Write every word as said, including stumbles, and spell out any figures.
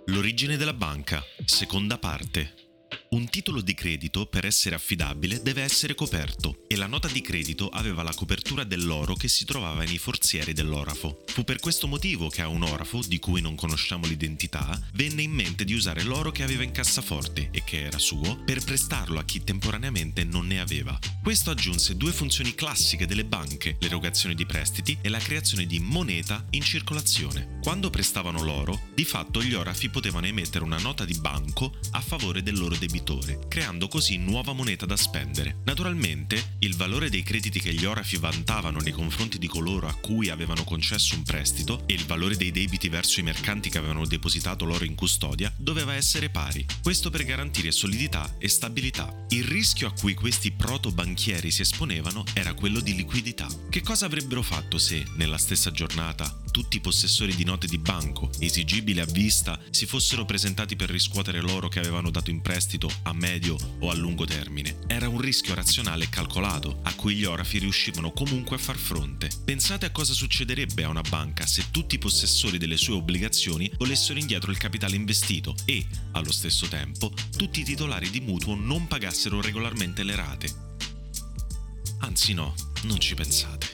L'origine della banca, seconda parte. Un titolo di credito, per essere affidabile, deve essere coperto e la nota di credito aveva la copertura dell'oro che si trovava nei forzieri dell'orafo. Fu per questo motivo che a un orafo, di cui non conosciamo l'identità, venne in mente di usare l'oro che aveva in cassaforte e che era suo per prestarlo a chi temporaneamente non ne aveva. Questo aggiunse due funzioni classiche delle banche, l'erogazione di prestiti e la creazione di moneta in circolazione. Quando prestavano l'oro, di fatto gli orafi potevano emettere una nota di banco a favore del loro debitore, creando così nuova moneta da spendere. Naturalmente, il valore dei crediti che gli orafi vantavano nei confronti di coloro a cui avevano concesso un prestito e il valore dei debiti verso i mercanti che avevano depositato l'oro in custodia doveva essere pari. Questo per garantire solidità e stabilità. Il rischio a cui questi proto-banchieri si esponevano era quello di liquidità. Che cosa avrebbero fatto se, nella stessa giornata, tutti i possessori di note di banco, esigibili a vista, si fossero presentati per riscuotere l'oro che avevano dato in prestito a medio o a lungo termine? Era un rischio razionale e calcolato, a cui gli orafi riuscivano comunque a far fronte. Pensate a cosa succederebbe a una banca se tutti i possessori delle sue obbligazioni volessero indietro il capitale investito e, allo stesso tempo, tutti i titolari di mutuo non pagassero regolarmente le rate. Anzi no, non ci pensate.